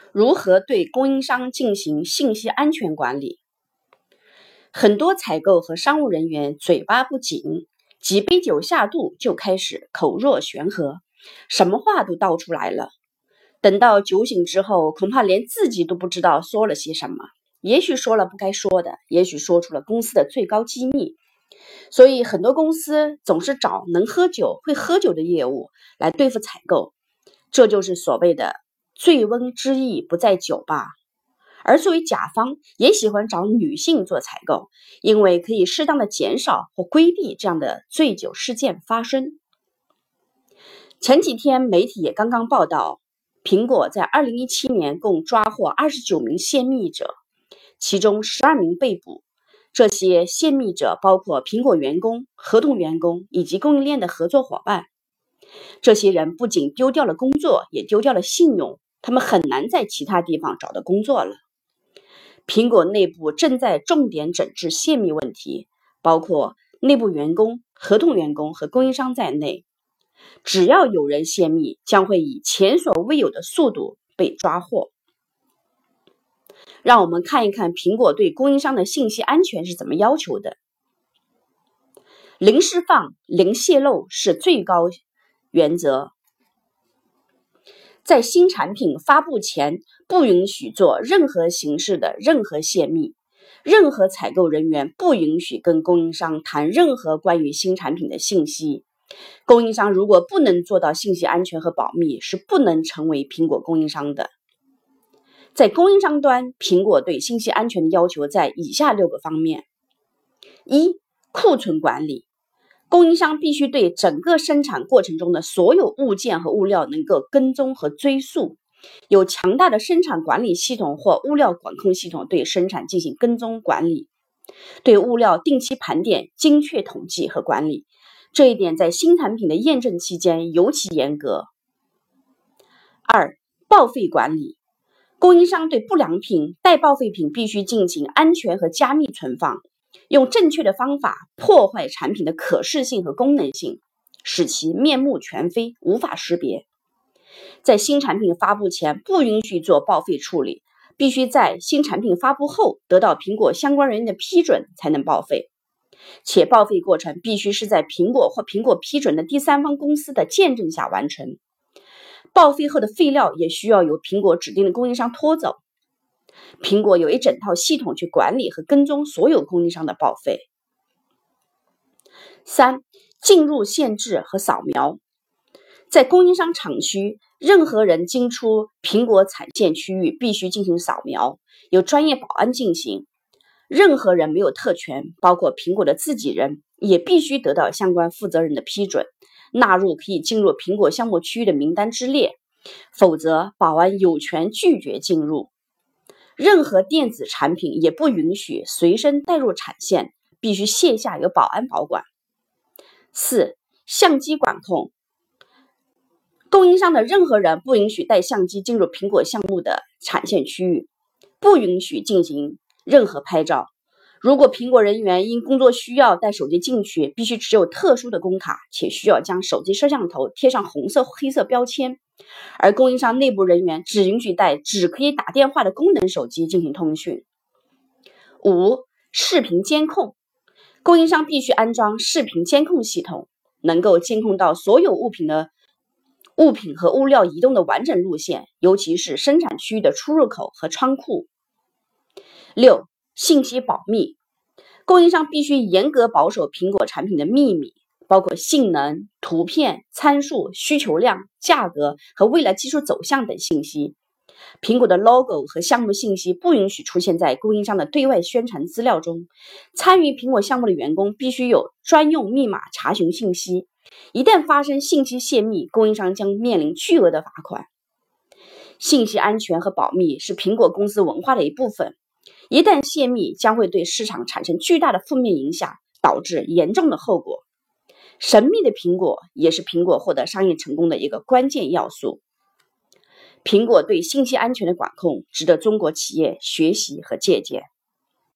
如何对供应商进行信息安全管理？很多采购和商务人员嘴巴不紧，几杯酒下肚就开始口若悬河，什么话都道出来了。等到酒醒之后，恐怕连自己都不知道说了些什么，也许说了不该说的，也许说出了公司的最高机密。所以很多公司总是找能喝酒、会喝酒的业务来对付采购，这就是所谓的醉翁之意不在酒吧。而作为甲方，也喜欢找女性做采购，因为可以适当的减少或规避这样的醉酒事件发生。前几天媒体也刚刚报道，苹果在2017年共抓获29名泄密者，其中12名被捕。这些泄密者包括苹果员工、合同员工以及供应链的合作伙伴。这些人不仅丢掉了工作，也丢掉了信用，他们很难在其他地方找到工作了。苹果内部正在重点整治泄密问题，包括内部员工、合同员工和供应商在内。只要有人泄密，将会以前所未有的速度被抓获。让我们看一看苹果对供应商的信息安全是怎么要求的。零释放、零泄露是最高原则。在新产品发布前，不允许做任何形式的任何泄密，任何采购人员不允许跟供应商谈任何关于新产品的信息。供应商如果不能做到信息安全和保密，是不能成为苹果供应商的。在供应商端，苹果对信息安全的要求在以下6个方面。1. 库存管理。供应商必须对整个生产过程中的所有物件和物料能够跟踪和追溯，有强大的生产管理系统或物料管控系统对生产进行跟踪管理，对物料定期盘点、精确统计和管理。这一点在新产品的验证期间尤其严格。2. 报废管理。供应商对不良品、待报废品必须进行安全和加密存放，用正确的方法破坏产品的可视性和功能性，使其面目全非，无法识别。在新产品发布前不允许做报废处理，必须在新产品发布后得到苹果相关人员的批准才能报废，且报废过程必须是在苹果或苹果批准的第三方公司的见证下完成。报废后的废料也需要由苹果指定的供应商拖走。苹果有一整套系统去管理和跟踪所有供应商的报废。3. 进入限制和扫描。在供应商厂区，任何人进出苹果产线区域必须进行扫描，由专业保安进行。任何人没有特权，包括苹果的自己人，也必须得到相关负责人的批准，纳入可以进入苹果项目区域的名单之列，否则保安有权拒绝进入。任何电子产品也不允许随身带入产线，必须卸下由保安保管。4. 相机管控。供应商的任何人不允许带相机进入苹果项目的产线区域，不允许进行任何拍照。如果苹果人员因工作需要带手机进去，必须持有特殊的工卡，且需要将手机摄像头贴上红色、黑色标签。而供应商内部人员只允许带只可以打电话的功能手机进行通讯。5. 视频监控。供应商必须安装视频监控系统，能够监控到所有物品和物料移动的完整路线，尤其是生产区域的出入口和仓库。6. 信息保密。供应商必须严格保守苹果产品的秘密，包括性能、图片、参数、需求量、价格和未来技术走向等信息。苹果的 logo 和项目信息不允许出现在供应商的对外宣传资料中。参与苹果项目的员工必须有专用密码查询信息。一旦发生信息泄密，供应商将面临巨额的罚款。信息安全和保密是苹果公司文化的一部分。一旦泄密，将会对市场产生巨大的负面影响，导致严重的后果。神秘的苹果也是苹果获得商业成功的一个关键要素。苹果对信息安全的管控值得中国企业学习和借鉴。